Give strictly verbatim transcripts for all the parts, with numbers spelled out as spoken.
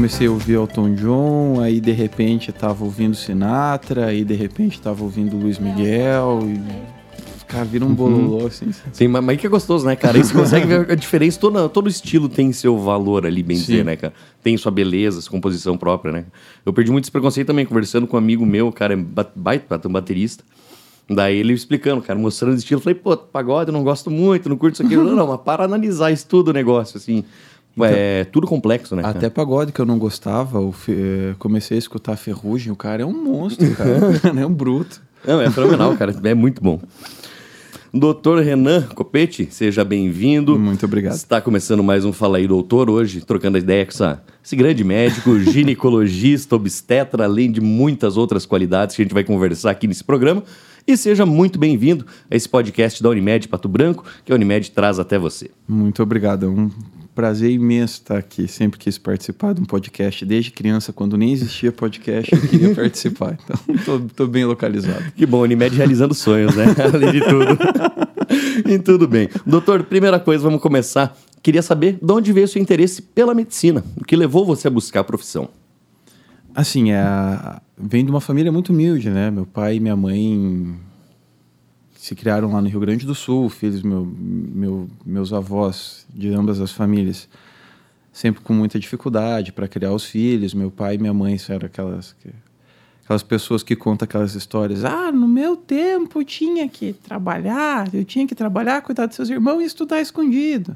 comecei a ouvir Elton John, aí de repente tava ouvindo Sinatra, aí de repente tava ouvindo Luiz Miguel, e cara, vira um bololô, uhum. assim. Sim, mas, mas que é gostoso, né, cara? Aí você consegue ver a diferença, todo, todo estilo tem seu valor ali, bem dizer, né, cara? Tem sua beleza, sua composição própria, né? Eu perdi muito esse preconceito também, conversando com um amigo meu, cara, é baita, um baterista. Daí ele explicando, cara, mostrando o estilo, eu falei, pô, pagode, eu não gosto muito, não curto isso aqui. Não, não, mas para analisar isso tudo o negócio, assim... Então, é tudo complexo, né? Até cara? pagode que eu não gostava, eu fe... comecei a escutar Ferrugem, o cara é um monstro, cara, é um bruto. Não, é fenomenal, cara, é muito bom. doutor Renan Copete, seja bem-vindo. Muito obrigado. Está começando mais um Fala aí, doutor, hoje, trocando a ideia com essa, esse grande médico, ginecologista, obstetra, além de muitas outras qualidades que a gente vai conversar aqui nesse programa. E seja muito bem-vindo a esse podcast da Unimed Pato Branco, que a Unimed traz até você. Muito obrigado, é um prazer imenso estar aqui. Sempre quis participar de um podcast. Desde criança, quando nem existia podcast, eu queria participar. Então, estou bem localizado. Que bom, Unimed realizando sonhos, né? Além de tudo. E tudo bem. Doutor, primeira coisa, vamos começar. Queria saber de onde veio o seu interesse pela medicina. O que levou você a buscar a profissão? Assim, é, vem de uma família muito humilde, né? Meu pai e minha mãe se criaram lá no Rio Grande do Sul, filhos, meu, meu, meus avós de ambas as famílias, sempre com muita dificuldade para criar os filhos. Meu pai e minha mãe eram aquelas, aquelas pessoas que contam aquelas histórias. Ah, no meu tempo eu tinha que trabalhar, eu tinha que trabalhar, cuidar dos seus irmãos e estudar escondido.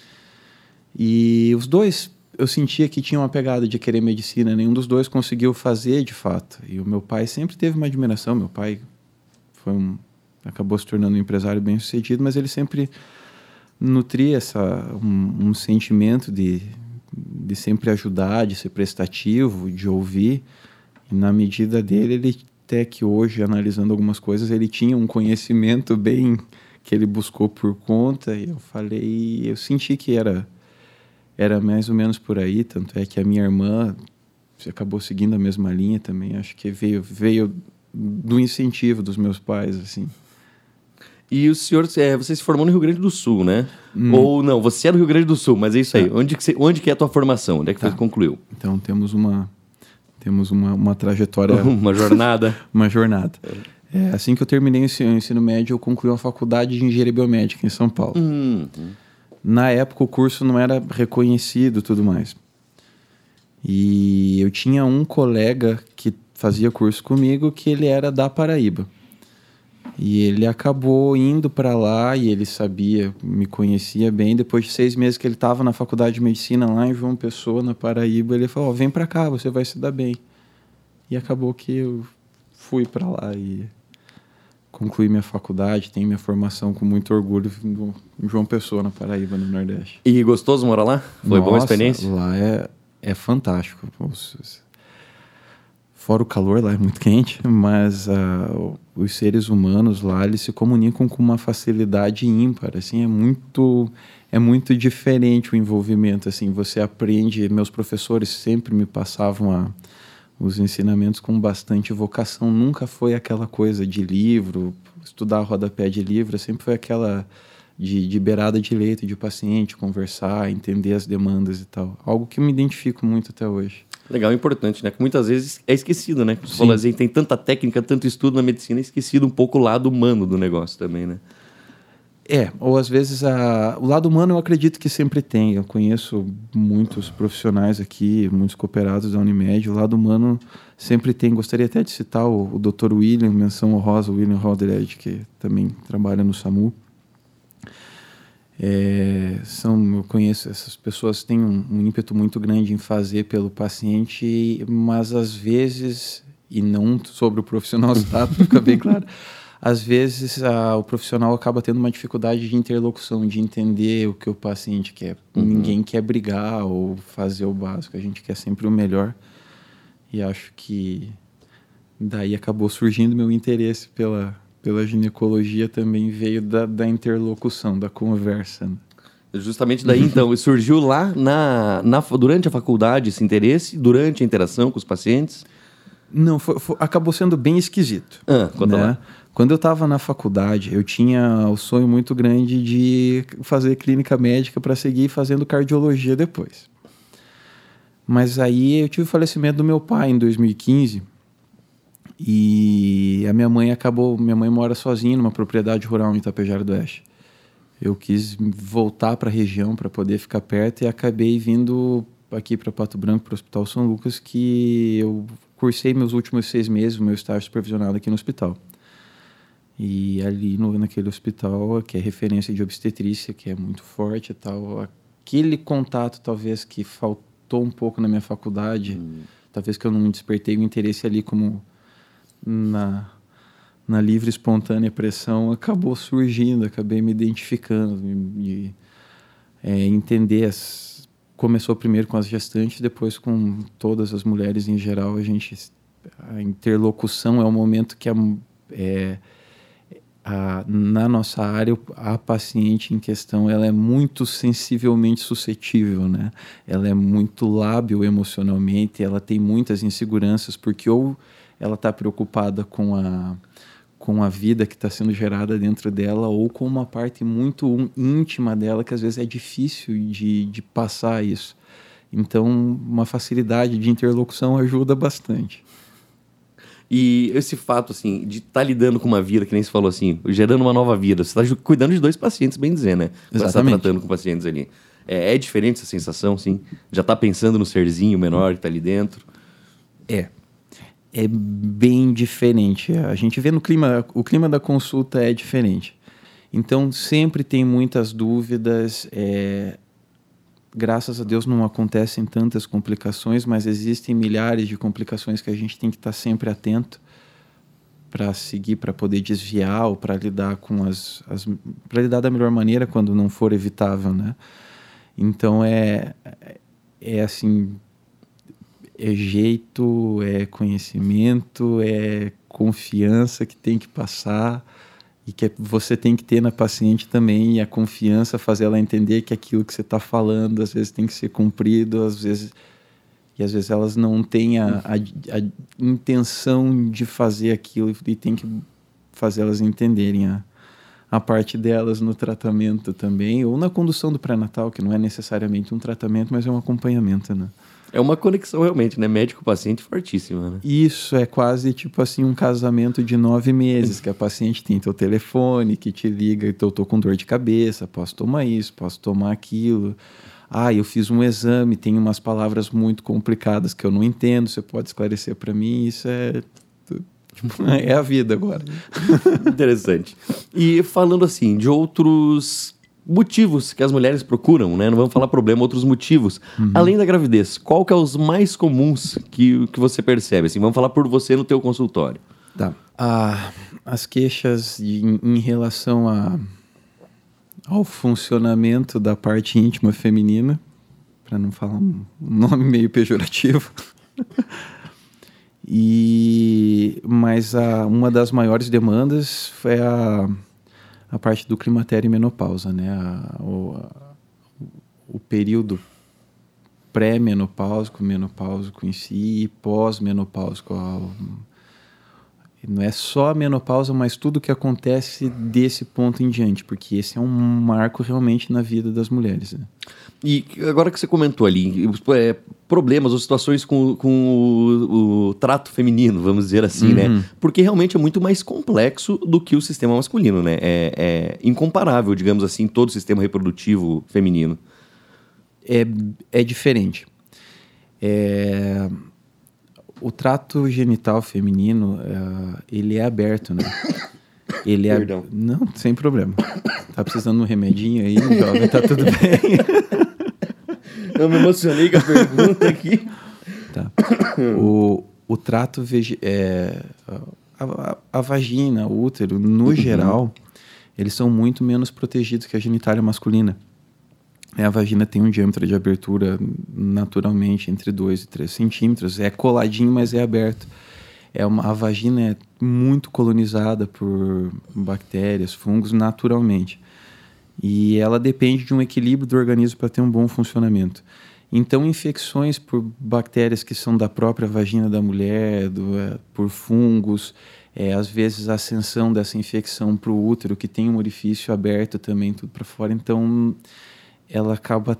E os dois, eu sentia que tinham uma pegada de querer medicina, nenhum dos dois conseguiu fazer de fato. E o meu pai sempre teve uma admiração, meu pai foi um... acabou se tornando um empresário bem-sucedido, mas ele sempre nutria essa, um, um sentimento de, de sempre ajudar, de ser prestativo, de ouvir. E na medida dele, ele até que hoje, analisando algumas coisas, ele tinha um conhecimento bem que ele buscou por conta. E eu falei, eu senti que era, era mais ou menos por aí, tanto é que a minha irmã acabou seguindo a mesma linha também. Acho que veio, veio do incentivo dos meus pais, assim. E o senhor, é, você se formou no Rio Grande do Sul, né? Hum. Ou não, você é do Rio Grande do Sul, mas é isso aí. É. Onde, que você, onde que é a tua formação? Onde é que tá. Você concluiu? Então, temos uma, temos uma, uma trajetória... uma jornada. uma jornada. É, assim que eu terminei o ensino, o ensino médio, eu concluí uma faculdade de engenharia biomédica em São Paulo. Hum. Na época, o curso não era reconhecido e tudo mais. E eu tinha um colega que fazia curso comigo que ele era da Paraíba. E ele acabou indo para lá e ele sabia, me conhecia bem. Depois de seis meses que ele estava na faculdade de medicina lá em João Pessoa, na Paraíba, ele falou, oh, vem para cá, você vai se dar bem. E acabou que eu fui para lá e concluí minha faculdade, tenho minha formação com muito orgulho em João Pessoa, na Paraíba, no Nordeste. E gostoso morar lá? Foi Nossa, boa a experiência? Lá é, é fantástico. Fora o calor, lá é muito quente, mas uh, os seres humanos lá, eles se comunicam com uma facilidade ímpar, assim, é muito, é muito diferente o envolvimento, assim, você aprende, meus professores sempre me passavam a, os ensinamentos com bastante vocação, nunca foi aquela coisa de livro, estudar rodapé de livro, sempre foi aquela de, de beirada de leito de paciente, conversar, entender as demandas e tal, algo que eu me identifico muito até hoje. Legal, importante, né? Que muitas vezes é esquecido, né? Você falou assim, tem tanta técnica, tanto estudo na medicina, é esquecido um pouco o lado humano do negócio também, né? É, ou às vezes a... o lado humano eu acredito que sempre tem. Eu conheço muitos profissionais aqui, muitos cooperados da Unimed. O lado humano sempre tem. Gostaria até de citar o, o doutor William, menção honrosa, o William Rodered, que também trabalha no SAMU. É, são, eu conheço essas pessoas, têm um, um ímpeto muito grande em fazer pelo paciente, mas às vezes, e não sobre o profissional, tá, fica bem claro, às vezes a, o profissional acaba tendo uma dificuldade de interlocução, de entender o que o paciente quer. Uhum. Ninguém quer brigar ou fazer o básico, a gente quer sempre o melhor, e acho que daí acabou surgindo meu interesse pela pela ginecologia, também veio da, da interlocução, da conversa. Justamente daí, então, surgiu lá na, na, durante a faculdade esse interesse, durante a interação com os pacientes? Não, foi, foi, acabou sendo bem esquisito. Ah, conta né? lá. Quando eu estava na faculdade, eu tinha o sonho muito grande de fazer clínica médica para seguir fazendo cardiologia depois. Mas aí eu tive o falecimento do meu pai em dois mil e quinze e a minha mãe acabou... Minha mãe mora sozinha numa propriedade rural em Itapejara do Oeste. Eu quis voltar para a região para poder ficar perto e acabei vindo aqui para Pato Branco, para o Hospital São Lucas, que eu cursei meus últimos seis meses, o meu estágio supervisionado aqui no hospital. E ali no, naquele hospital, que é referência de obstetrícia, que é muito forte e tal, aquele contato talvez que faltou um pouco na minha faculdade, hum. talvez que eu não despertei o interesse ali como na, na livre, espontânea pressão, acabou surgindo, acabei me identificando, e é, entender as... Começou primeiro com as gestantes, depois com todas as mulheres em geral. A gente, a interlocução é o momento que a, é, a, na nossa área a paciente em questão ela é muito sensivelmente suscetível, né? Ela é muito lábil emocionalmente, ela tem muitas inseguranças porque ou ela está preocupada com a com a vida que está sendo gerada dentro dela ou com uma parte muito íntima dela que às vezes é difícil de, de passar isso. Então, uma facilidade de interlocução ajuda bastante. E esse fato, assim, de estar tá lidando com uma vida, que nem você falou assim, gerando uma nova vida, você está cuidando de dois pacientes, bem dizer, né? Você está tratando com pacientes ali. É, é diferente essa sensação, sim? Já está pensando no serzinho menor que está ali dentro? É. É bem diferente. A gente vê no clima, o clima da consulta é diferente. Então, sempre tem muitas dúvidas. É, graças a Deus não acontecem tantas complicações, mas existem milhares de complicações que a gente tem que estar sempre atento para seguir, para poder desviar ou para lidar com as, as para lidar da melhor maneira quando não for evitável, né? Então, é, é assim... É jeito, é conhecimento, é confiança que tem que passar e que você tem que ter na paciente também, e a confiança fazer ela entender que aquilo que você está falando às vezes tem que ser cumprido, às vezes, e às vezes elas não têm a, a, a intenção de fazer aquilo e tem que fazer elas entenderem a, a parte delas no tratamento também, ou na condução do pré-natal, que não é necessariamente um tratamento, mas é um acompanhamento, né? É uma conexão realmente, né? Médico-paciente fortíssima, né? Isso, é quase tipo assim um casamento de nove meses, que a paciente tem teu telefone, que te liga, então eu tô com dor de cabeça, posso tomar isso, posso tomar aquilo. Ah, eu fiz um exame, tem umas palavras muito complicadas que eu não entendo, você pode esclarecer para mim? Isso é... é a vida agora. Interessante. E falando assim, de outros... motivos que as mulheres procuram, né? Não vamos falar problema, outros motivos. Uhum. Além da gravidez, qual que é os mais comuns que, que você percebe? Assim, vamos falar por você no teu consultório. Tá. Ah, as queixas de, em, em relação a, ao funcionamento da parte íntima feminina, para não falar um nome meio pejorativo. e, mas a, uma das maiores demandas foi a... a parte do climatério e menopausa, né? A, o, a, o período pré-menopáusico, menopáusico em si e pós-menopáusico. Não é só a menopausa, mas tudo que acontece desse ponto em diante, porque esse é um marco realmente na vida das mulheres, né? E agora que você comentou ali, é, problemas ou situações com, com o, o trato feminino, vamos dizer assim, uhum. né? Porque realmente é muito mais complexo do que o sistema masculino, né? É, é incomparável, digamos assim, todo o sistema reprodutivo feminino. É, é diferente. É... O trato genital feminino, uh, ele é aberto, né? Ele é... Perdão. Não, sem problema. Tá precisando de um remedinho aí, jovem? Tá tudo bem? Eu me emocionei com a pergunta aqui. Tá. O, o trato... Vege... É, a, a, a vagina, o útero, no uhum. geral, eles são muito menos protegidos que a genitália masculina. A vagina tem um diâmetro de abertura naturalmente entre dois e três centímetros. É coladinho, mas é aberto. É uma, a vagina é muito colonizada por bactérias, fungos, naturalmente. E ela depende de um equilíbrio do organismo para ter um bom funcionamento. Então, infecções por bactérias que são da própria vagina da mulher, do, é, por fungos, é, às vezes a ascensão dessa infecção para o útero, que tem um orifício aberto também, tudo para fora. Então... ela acaba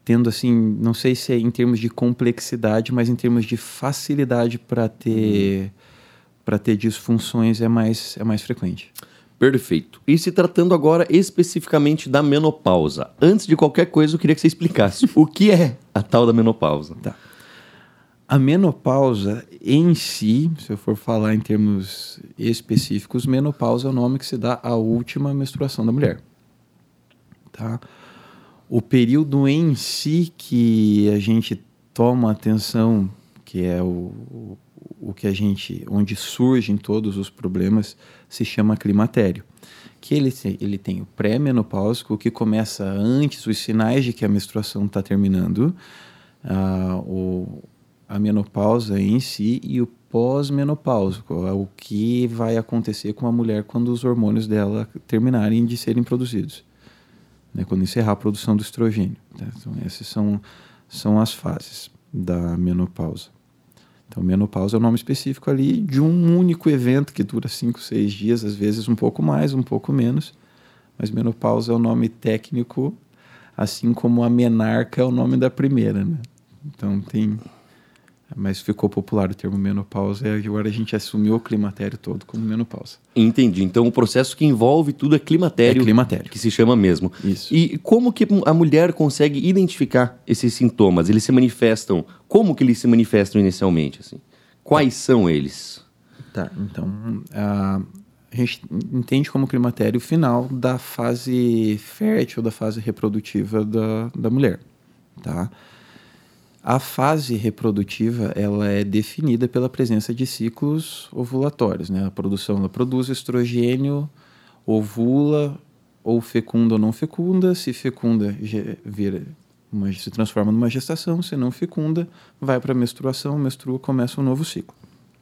tendo assim, não sei se é em termos de complexidade, mas em termos de facilidade para ter, uhum. para ter disfunções é mais, é mais frequente. Perfeito. E se tratando agora especificamente da menopausa, antes de qualquer coisa eu queria que você explicasse o que é a tal da menopausa. Tá. A menopausa em si, se eu for falar em termos específicos, menopausa é o nome que se dá à última menstruação da mulher. Tá? O período em si que a gente toma atenção, que é o, o que a gente, onde surgem todos os problemas, se chama climatério. Que ele, ele tem o pré-menopáusico, que começa antes, os sinais de que a menstruação está terminando, uh, o, a menopausa em si, e o pós-menopáusico, é o que vai acontecer com a mulher quando os hormônios dela terminarem de serem produzidos. Né, quando encerrar a produção do estrogênio. Tá? Então, essas são, são as fases da menopausa. Então, menopausa é o nome específico ali de um único evento que dura cinco, seis dias, às vezes um pouco mais, um pouco menos. Mas menopausa é o nome técnico, assim como a menarca é o nome da primeira. Né? Então, tem... Mas ficou popular o termo menopausa e agora a gente assumiu o climatério todo como menopausa. Entendi. Então o processo que envolve tudo é climatério. É climatério. Que se chama mesmo. Isso. E como que a mulher consegue identificar esses sintomas? Eles se manifestam... Como que eles se manifestam inicialmente? Assim? Quais tá. são eles? Tá, então... A, a gente entende como climatério o final da fase fértil, da fase reprodutiva da, da mulher. Tá? A fase reprodutiva ela é definida pela presença de ciclos ovulatórios. Né? A produção ela produz estrogênio, ovula, ou fecunda ou não fecunda. Se fecunda, vira uma, se transforma numa gestação. Se não fecunda, vai para a menstruação, menstrua, começa um novo ciclo.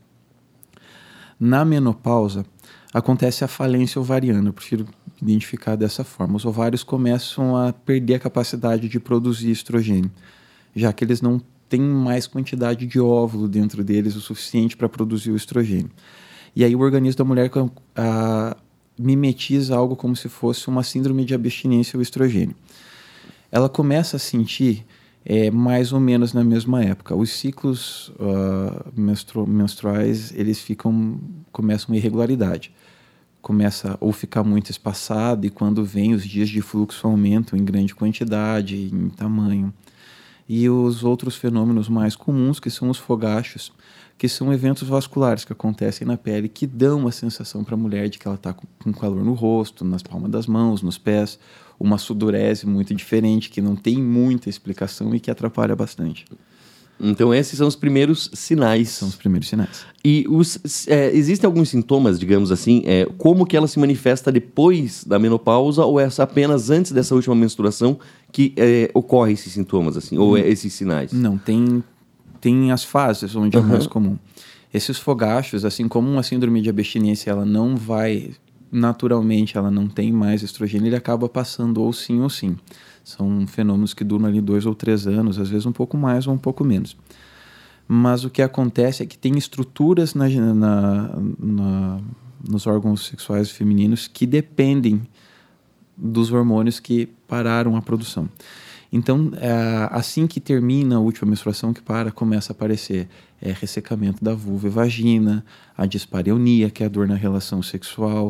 Na menopausa, acontece a falência ovariana. Eu prefiro identificar dessa forma. Os ovários começam a perder a capacidade de produzir estrogênio, já que eles não têm mais quantidade de óvulo dentro deles o suficiente para produzir o estrogênio. E aí o organismo da mulher a, mimetiza algo como se fosse uma síndrome de abstinência ao estrogênio. Ela começa a sentir é, mais ou menos na mesma época. Os ciclos uh, menstru- menstruais eles ficam, começam uma irregularidade. Começa ou ficar muito espaçado e quando vem os dias de fluxo aumentam em grande quantidade, em tamanho. E os outros fenômenos mais comuns, que são os fogachos, que são eventos vasculares que acontecem na pele, que dão uma sensação para a mulher de que ela está com calor no rosto, nas palmas das mãos, nos pés, uma sudorese muito diferente, que não tem muita explicação e que atrapalha bastante. Então esses são os primeiros sinais. São os primeiros sinais. E os, é, existem alguns sintomas, digamos assim, é, como que ela se manifesta depois da menopausa ou é apenas antes dessa última menstruação que é, ocorrem esses sintomas, assim, ou é, esses sinais? Não, tem, tem as fases onde é uhum. mais comum. Esses fogachos, assim como uma síndrome de abstinência, ela não vai, naturalmente, ela não tem mais estrogênio, ele acaba passando ou sim ou sim. São fenômenos que duram ali dois ou três anos, às vezes um pouco mais ou um pouco menos. Mas o que acontece é que tem estruturas na, na, na, nos órgãos sexuais femininos que dependem dos hormônios que pararam a produção. Então, é, assim que termina a última menstruação, que para, começa a aparecer é, ressecamento da vulva e vagina, a dispareunia, que é a dor na relação sexual,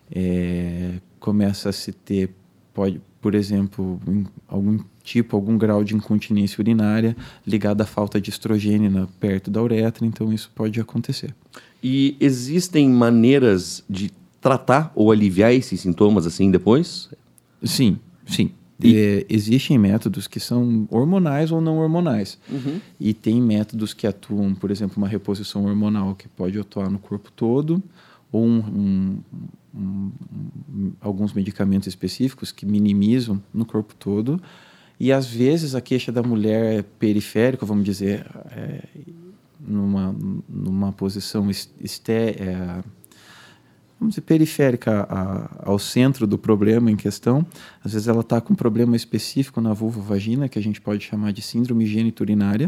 é, começa a se ter, pode, por exemplo, algum tipo, algum grau de incontinência urinária ligado à falta de estrogênio na, perto da uretra, então isso pode acontecer. E existem maneiras de tratar ou aliviar esses sintomas assim depois? Sim, sim. E... É, existem métodos que são hormonais ou não hormonais. Uhum. E tem métodos que atuam, por exemplo, uma reposição hormonal que pode atuar no corpo todo, ou um, um, um, um, alguns medicamentos específicos que minimizam no corpo todo. E, às vezes, a queixa da mulher é periférica, vamos dizer, é, numa, numa posição esté, é, vamos dizer, periférica a, ao centro do problema em questão. Às vezes ela está com um problema específico na vulva-vagina, que a gente pode chamar de síndrome geniturinaria.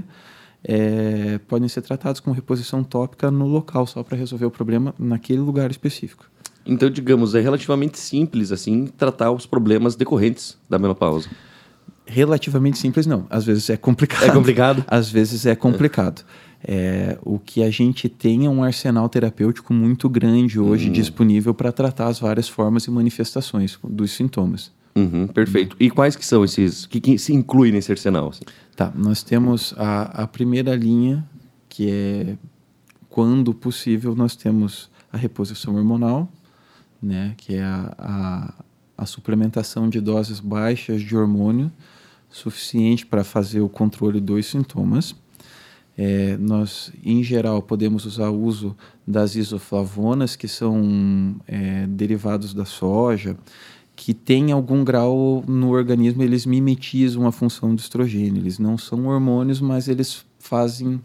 É, podem ser tratados com reposição tópica no local, só para resolver o problema naquele lugar específico. Então, digamos, é relativamente simples assim tratar os problemas decorrentes da menopausa. Relativamente simples, não. Às vezes é complicado. É complicado? Às vezes é complicado. É, o que a gente tem é um arsenal terapêutico muito grande hoje, hum. disponível para tratar as várias formas e manifestações dos sintomas. Uhum, perfeito. E quais que são esses, o que, que se inclui nesse arsenal? Assim? Tá, nós temos a, a primeira linha, que é, quando possível, nós temos a reposição hormonal, né, que é a, a, a suplementação de doses baixas de hormônio, suficiente para fazer o controle dos sintomas. É, nós, em geral, podemos usar o uso das isoflavonas, que são é, derivados da soja, que tem algum grau no organismo, eles mimetizam a função do estrogênio. Eles não são hormônios, mas eles fazem...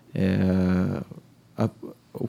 É, a, a,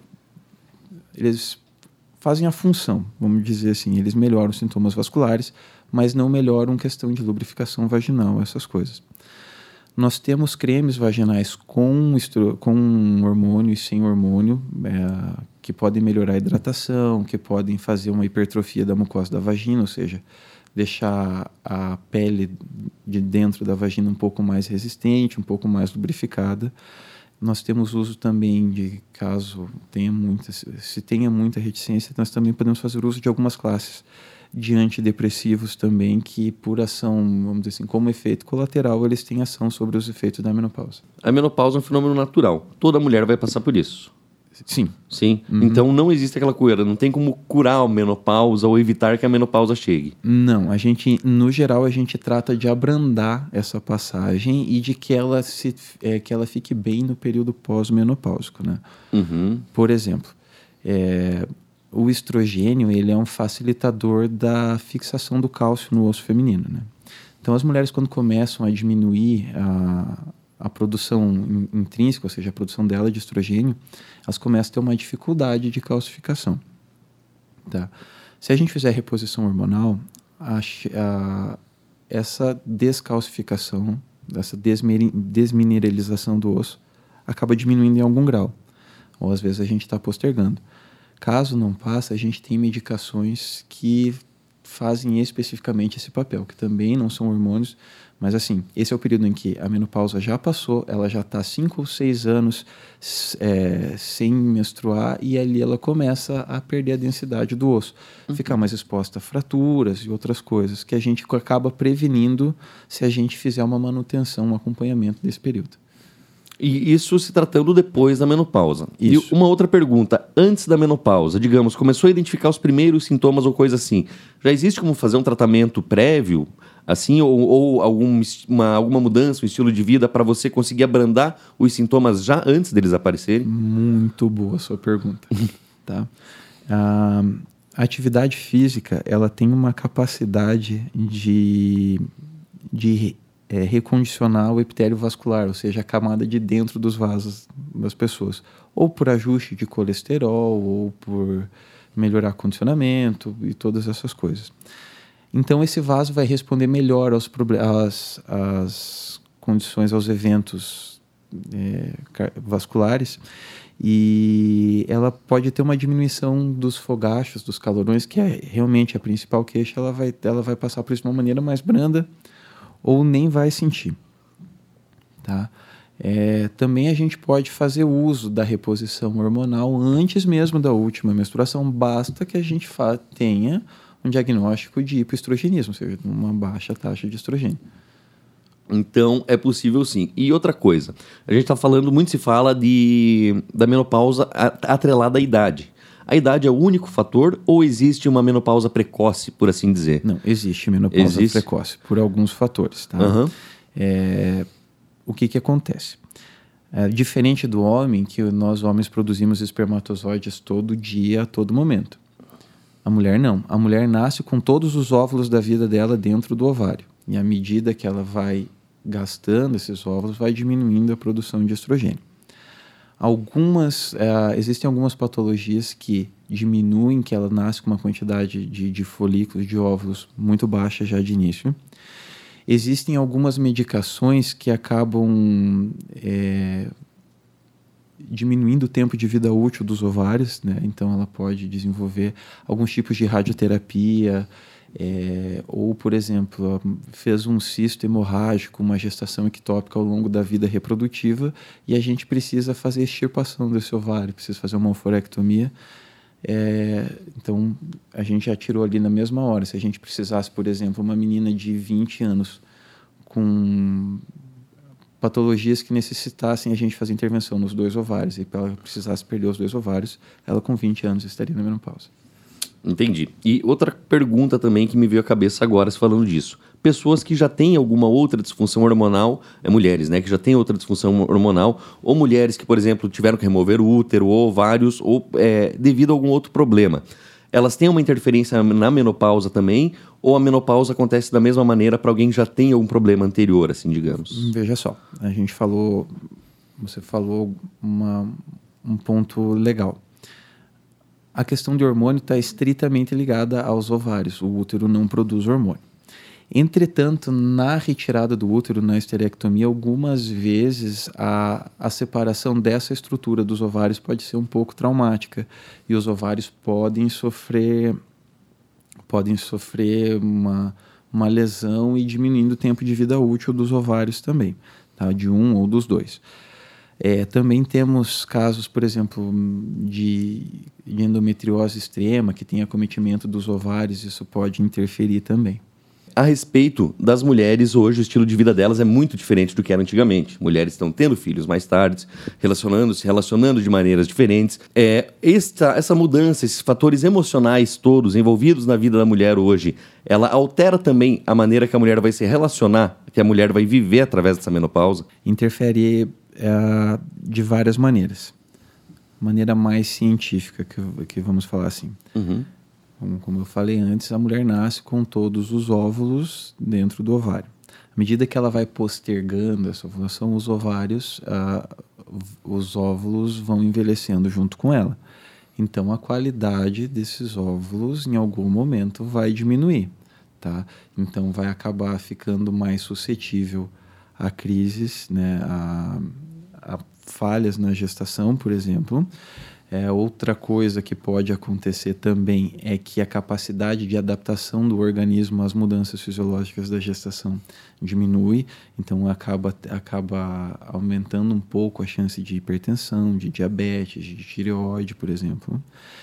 eles fazem a função, vamos dizer assim. Eles melhoram os sintomas vasculares, mas não melhoram questão de lubrificação vaginal, essas coisas. Nós temos cremes vaginais com, estro, com hormônio e sem hormônio, é, que podem melhorar a hidratação, que podem fazer uma hipertrofia da mucosa da vagina, ou seja, deixar a pele de dentro da vagina um pouco mais resistente, um pouco mais lubrificada. Nós temos uso também de, caso tenha muita, se tenha muita reticência, nós também podemos fazer uso de algumas classes de antidepressivos também, que por ação, vamos dizer assim, como efeito colateral, eles têm ação sobre os efeitos da menopausa. A menopausa é um fenômeno natural. Toda mulher vai passar por isso. Sim. Sim? Uhum. Então não existe aquela coisa, não tem como curar a menopausa ou evitar que a menopausa chegue. Não, a gente, no geral, a gente trata de abrandar essa passagem e de que ela, se, é, que ela fique bem no período pós-menopáusico, né? Uhum. Por exemplo, é, o estrogênio, ele é um facilitador da fixação do cálcio no osso feminino, né? Então, as mulheres, quando começam a diminuir a, a produção intrínseca, ou seja, a produção dela de estrogênio, elas começam a ter uma dificuldade de calcificação, tá? Se a gente fizer reposição hormonal, a, a, essa descalcificação, essa desmineralização do osso acaba diminuindo em algum grau, ou às vezes a gente está postergando. Caso não passe, a gente tem medicações que fazem especificamente esse papel, que também não são hormônios, mas assim, esse é o período em que a menopausa já passou, ela já está cinco ou seis anos é, sem menstruar, e ali ela começa a perder a densidade do osso, uhum. ficar mais exposta a fraturas e outras coisas, que a gente acaba prevenindo se a gente fizer uma manutenção, um acompanhamento desse período. E isso se tratando depois da menopausa. Isso. E uma outra pergunta, antes da menopausa, digamos, começou a identificar os primeiros sintomas ou coisa assim, já existe como fazer um tratamento prévio, assim, ou, ou algum, uma, alguma mudança, um estilo de vida para você conseguir abrandar os sintomas já antes deles aparecerem? Muito boa a sua pergunta. Tá? A atividade física, ela tem uma capacidade de... de É, recondicionar o epitélio vascular, ou seja, a camada de dentro dos vasos das pessoas, ou por ajuste de colesterol, ou por melhorar condicionamento e todas essas coisas. Então, esse vaso vai responder melhor aos às, às condições, aos eventos é, vasculares, e ela pode ter uma diminuição dos fogachos, dos calorões, que é realmente a principal queixa. Ela vai, ela vai passar por isso de uma maneira mais branda, ou nem vai sentir, tá? É, também a gente pode fazer uso da reposição hormonal antes mesmo da última menstruação, basta que a gente tenha um diagnóstico de hipoestrogenismo, ou seja, uma baixa taxa de estrogênio. Então, é possível sim. E outra coisa, a gente está falando, muito se fala de, da menopausa atrelada à idade. A idade é o único fator ou existe uma menopausa precoce, por assim dizer? Não, existe menopausa existe? precoce, por alguns fatores. Tá? Uhum. É, o que, que acontece? É, diferente do homem, que nós homens produzimos espermatozoides todo dia, a todo momento. A mulher não. A mulher nasce com todos os óvulos da vida dela dentro do ovário. E à medida que ela vai gastando esses óvulos, vai diminuindo a produção de estrogênio. Algumas, uh, existem algumas patologias que diminuem, que ela nasce com uma quantidade de, de folículos, de óvulos muito baixa já de início. Existem algumas medicações que acabam é, diminuindo o tempo de vida útil dos ovários, né? Então ela pode desenvolver alguns tipos de radioterapia, É, ou, por exemplo, fez um cisto hemorrágico, uma gestação ectópica ao longo da vida reprodutiva e a gente precisa fazer extirpação desse ovário, precisa fazer uma oforectomia. É, então, a gente já tirou ali na mesma hora. Se a gente precisasse, por exemplo, uma menina de vinte anos com patologias que necessitassem a gente fazer intervenção nos dois ovários, e para ela precisasse perder os dois ovários, ela com vinte anos estaria na menopausa. Entendi. E outra pergunta também que me veio à cabeça agora, falando disso. Pessoas que já têm alguma outra disfunção hormonal, é, mulheres, né, que já têm outra disfunção hormonal, ou mulheres que, por exemplo, tiveram que remover o útero, ou ovários, ou é, devido a algum outro problema. Elas têm uma interferência na menopausa também, ou a menopausa acontece da mesma maneira para alguém que já tem algum problema anterior, assim, digamos? Veja só, a gente falou, você falou uma, um ponto legal. A questão de hormônio está estritamente ligada aos ovários. O útero não produz hormônio. Entretanto, na retirada do útero, na esterectomia, algumas vezes a, a separação dessa estrutura dos ovários pode ser um pouco traumática e os ovários podem sofrer, podem sofrer uma, uma lesão e diminuindo o tempo de vida útil dos ovários também, tá? De um ou dos dois. É, também temos casos, por exemplo, de endometriose extrema, que tem acometimento dos ovários, isso pode interferir também. A respeito das mulheres, hoje o estilo de vida delas é muito diferente do que era antigamente. Mulheres estão tendo filhos mais tarde, relacionando-se, relacionando de maneiras diferentes. É, esta, essa mudança, esses fatores emocionais todos envolvidos na vida da mulher hoje, ela altera também a maneira que a mulher vai se relacionar, que a mulher vai viver através dessa menopausa? Interfere é, de várias maneiras. Maneira mais científica, que, que vamos falar assim. Uhum. Como eu falei antes, a mulher nasce com todos os óvulos dentro do ovário. À medida que ela vai postergando essa ovulação, os ovários, ah, os óvulos vão envelhecendo junto com ela. Então, a qualidade desses óvulos, em algum momento, vai diminuir, tá? Então, vai acabar ficando mais suscetível a crises, né? a, a falhas na gestação, por exemplo. É, outra coisa que pode acontecer também é que a capacidade de adaptação do organismo às mudanças fisiológicas da gestação diminui, então acaba, acaba aumentando um pouco a chance de hipertensão, de diabetes, de tireoide, por exemplo.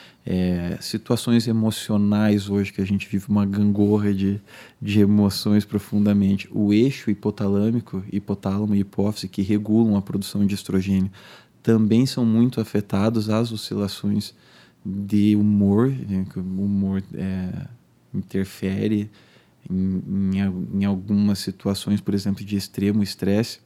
É, situações emocionais hoje, que a gente vive uma gangorra de, de emoções profundamente. O eixo hipotalâmico, hipotálamo e hipófise, que regulam a produção de estrogênio, também são muito afetados às oscilações de humor, né, que o humor é, interfere em, em, em algumas situações, por exemplo, de extremo estresse.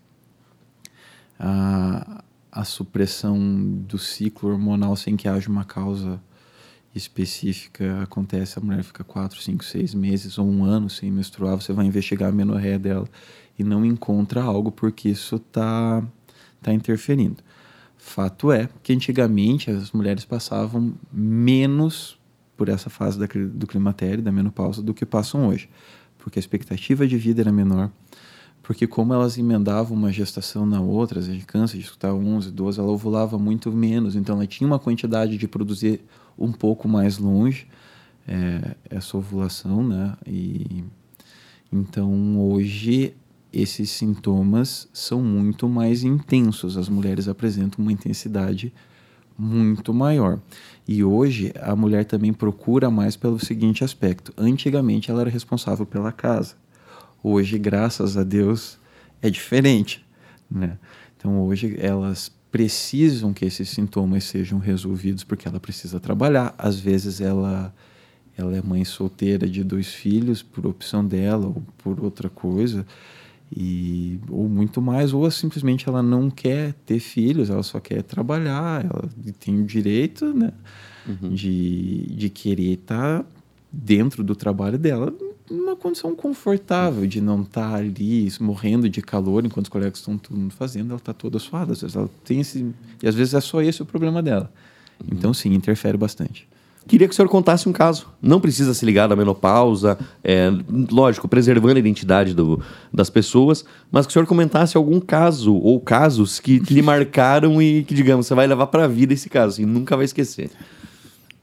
A, a supressão do ciclo hormonal sem que haja uma causa específica acontece, a mulher fica quatro, cinco, seis meses ou um ano sem menstruar, você vai investigar a menorreia dela e não encontra algo porque isso está tá interferindo. Fato é que antigamente as mulheres passavam menos por essa fase da, do climatério, da menopausa, do que passam hoje. Porque a expectativa de vida era menor, porque como elas emendavam uma gestação na outra, a gente cansa de escutar onze, doze, ela ovulava muito menos, então ela tinha uma quantidade de produzir um pouco mais longe é, essa ovulação, né? E, então hoje esses sintomas são muito mais intensos, as mulheres apresentam uma intensidade muito maior. E hoje a mulher também procura mais pelo seguinte aspecto: antigamente ela era responsável pela casa, hoje, graças a Deus, é diferente, né? Então hoje elas precisam que esses sintomas sejam resolvidos porque ela precisa trabalhar, às vezes ela, ela é mãe solteira de dois filhos por opção dela ou por outra coisa, E, ou muito mais, ou simplesmente ela não quer ter filhos, ela só quer trabalhar, ela tem o direito, né, uhum. de, de querer estar dentro do trabalho dela numa condição confortável, de não estar ali morrendo de calor enquanto os colegas estão tudo fazendo, ela está toda suada, às vezes ela tem esse, e às vezes é só esse o problema dela. Uhum. Então sim, interfere bastante. Queria que o senhor contasse um caso. Não precisa se ligar à menopausa, é, lógico, preservando a identidade do, das pessoas, mas que o senhor comentasse algum caso ou casos que lhe marcaram e que, digamos, você vai levar para a vida esse caso, assim, nunca vai esquecer.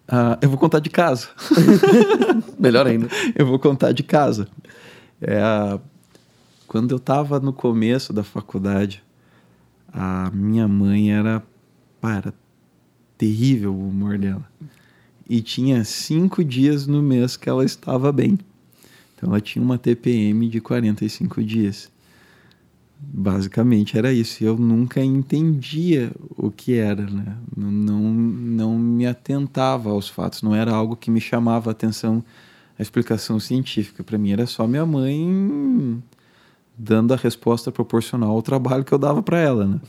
Ah, eu vou contar de casa. Melhor ainda. Eu vou contar de casa. É, a... Quando eu estava no começo da faculdade, a minha mãe era, pá, era terrível o humor dela. E tinha cinco dias no mês que ela estava bem. Então ela tinha uma T P M de quarenta e cinco dias. Basicamente era isso. Eu nunca entendia o que era, né? Não, não, não me atentava aos fatos. Não era algo que me chamava a atenção, a explicação científica. Para mim era só minha mãe dando a resposta proporcional ao trabalho que eu dava para ela, né?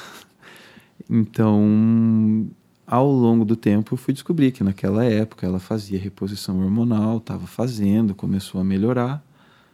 Então, ao longo do tempo, eu fui descobrir que naquela época ela fazia reposição hormonal, estava fazendo, começou a melhorar.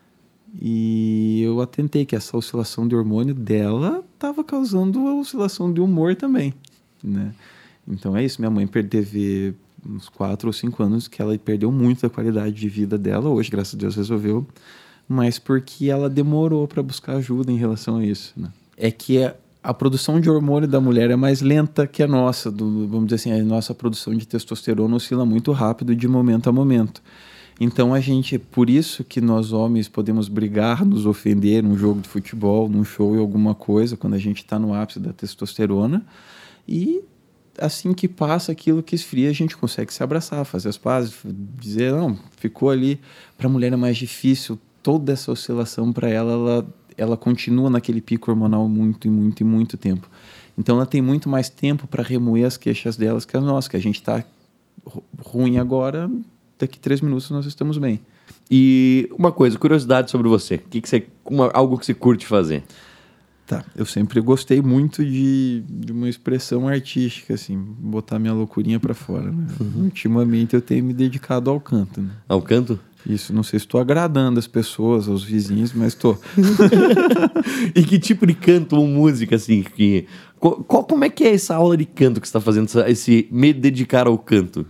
E eu atentei que essa oscilação de hormônio dela estava causando a oscilação de humor também, né? Então é isso, minha mãe teve uns quatro ou cinco anos que ela perdeu muito da qualidade de vida dela. Hoje, graças a Deus, resolveu, mas porque ela demorou para buscar ajuda em relação a isso, né? É que a, a produção de hormônio da mulher é mais lenta que a nossa, do, vamos dizer assim, a nossa produção de testosterona oscila muito rápido de momento a momento. Então a gente, por isso que nós homens podemos brigar, nos ofender num jogo de futebol, num show e alguma coisa, quando a gente está no ápice da testosterona, e assim que passa aquilo que esfria, a gente consegue se abraçar, fazer as pazes, dizer, não, ficou ali. Para a mulher é mais difícil, toda essa oscilação para ela, ela, ela continua naquele pico hormonal muito e muito e muito tempo. Então ela tem muito mais tempo para remoer as queixas delas que a nossa, que a gente está ruim agora, daqui três minutos nós estamos bem. E uma coisa, curiosidade sobre você. Que que você uma, algo que você curte fazer? Tá, eu sempre gostei muito de, de uma expressão artística, assim, botar minha loucurinha pra fora, né? Uhum. Ultimamente eu tenho me dedicado ao canto, né? Ao canto? Isso, não sei se estou agradando as pessoas, aos vizinhos, mas estou. E que tipo de canto ou música, assim, que... Qual, qual, como é que é essa aula de canto que você está fazendo, esse me dedicar ao canto?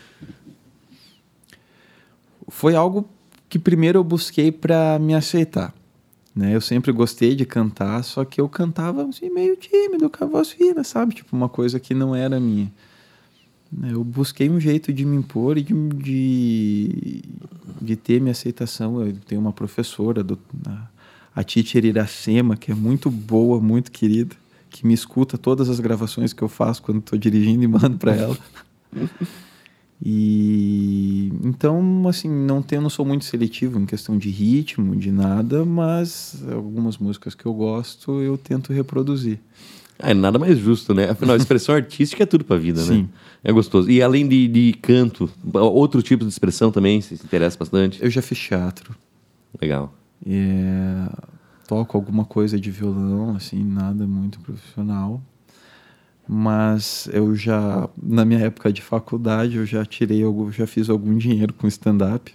Foi algo que primeiro eu busquei para me aceitar, né? Eu sempre gostei de cantar, só que eu cantava assim, meio tímido, com a voz fina, sabe? Tipo, uma coisa que não era minha. Eu busquei um jeito de me impor e de, de, de ter minha aceitação. Eu tenho uma professora, do, a, a Teacher Iracema, que é muito boa, muito querida, que me escuta todas as gravações que eu faço quando estou dirigindo e mando para ela. E então, assim, não, tenho, não sou muito seletivo em questão de ritmo, de nada, mas algumas músicas que eu gosto eu tento reproduzir. Ah, é nada mais justo, né? Afinal, a expressão artística é tudo pra vida, Sim. Né? É gostoso. E além de, de canto, outro tipo de expressão também se interessa bastante? Eu já fiz teatro. Legal. É, toco alguma coisa de violão, assim, nada muito profissional. Mas eu já, na minha época de faculdade, eu já tirei, eu já fiz algum dinheiro com stand-up.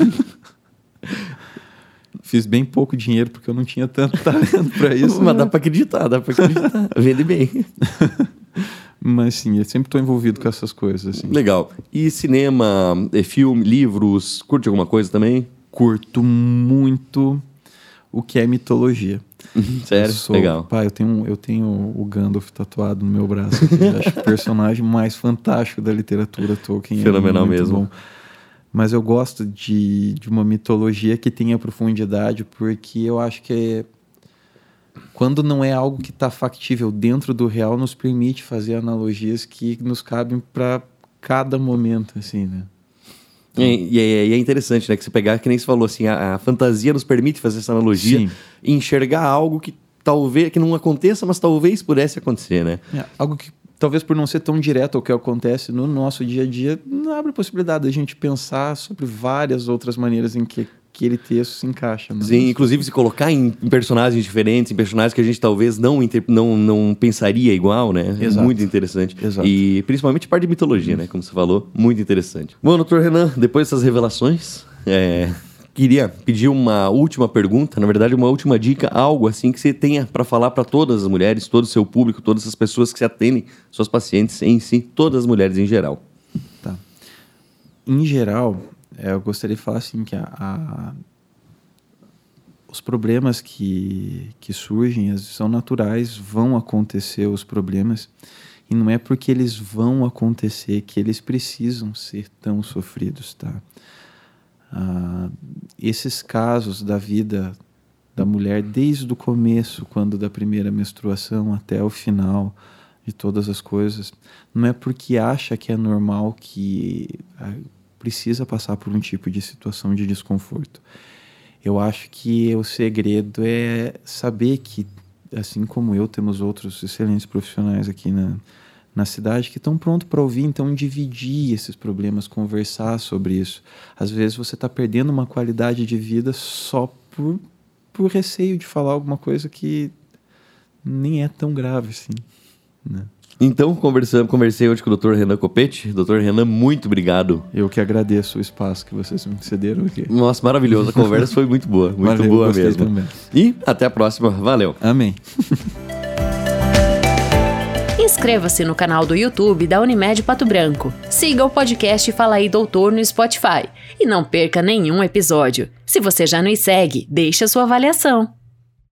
Fiz bem pouco dinheiro porque eu não tinha tanto talento para isso. Mas né? Dá para acreditar, dá para acreditar. Vende bem. Mas sim, eu sempre estou envolvido com essas coisas. Assim. Legal. E cinema, filme, livros, curte alguma coisa também? Curto muito o que é mitologia. Sério? Sou, Legal. Pai, eu tenho, eu tenho o Gandalf tatuado no meu braço. Eu acho o personagem mais fantástico da literatura Tolkien. Fenomenal é muito mesmo. Bom. Mas eu gosto de, de uma mitologia que tenha profundidade, porque eu acho que é, quando não é algo que está factível dentro do real, nos permite fazer analogias que nos cabem para cada momento, assim, né? E, e, é, e é interessante, né? Que você pegar, que nem você falou, assim, a, a fantasia nos permite fazer essa analogia. Sim. E enxergar algo que talvez, que não aconteça, mas talvez pudesse acontecer, né? É, algo que talvez por não ser tão direto ao que acontece no nosso dia a dia, não abre a possibilidade da gente pensar sobre várias outras maneiras em que aquele texto se encaixa. Né? Sim, inclusive se colocar em personagens diferentes, em personagens que a gente talvez não, inter... não, não pensaria igual, né? Exato. Muito interessante. Exato. E principalmente parte de mitologia, né? Como você falou, muito interessante. Bom, doutor Renan, depois dessas revelações, é... queria pedir uma última pergunta, na verdade uma última dica, algo assim que você tenha para falar para todas as mulheres, todo o seu público, todas as pessoas que se atendem, suas pacientes em si, todas as mulheres em geral. Tá. Em geral, é, eu gostaria de falar assim que a, a, os problemas que, que surgem são naturais, vão acontecer os problemas, E não é porque eles vão acontecer que eles precisam ser tão sofridos, tá? Ah, esses casos da vida da mulher, desde o começo, quando da primeira menstruação até o final de todas as coisas, não é porque acha que é normal que precisa passar por um tipo de situação de desconforto. Eu acho que o segredo é saber que, assim como eu, temos outros excelentes profissionais aqui na, na cidade que estão prontos para ouvir, então dividir esses problemas, conversar sobre isso. Às vezes você está perdendo uma qualidade de vida só por, por receio de falar alguma coisa que nem é tão grave assim, né? Então, conversamos, conversei hoje com o doutor Renan Copete. doutor Renan, muito obrigado. Eu que agradeço o espaço que vocês me cederam aqui. Nossa, maravilhoso. A conversa foi muito boa. Muito Valeu, boa gostei mesmo. Também. E até a próxima. Valeu. Amém. Inscreva-se no canal do YouTube da Unimed Pato Branco. Siga o podcast Fala aí Doutor no Spotify. E não perca nenhum episódio. Se você já nos segue, deixe a sua avaliação.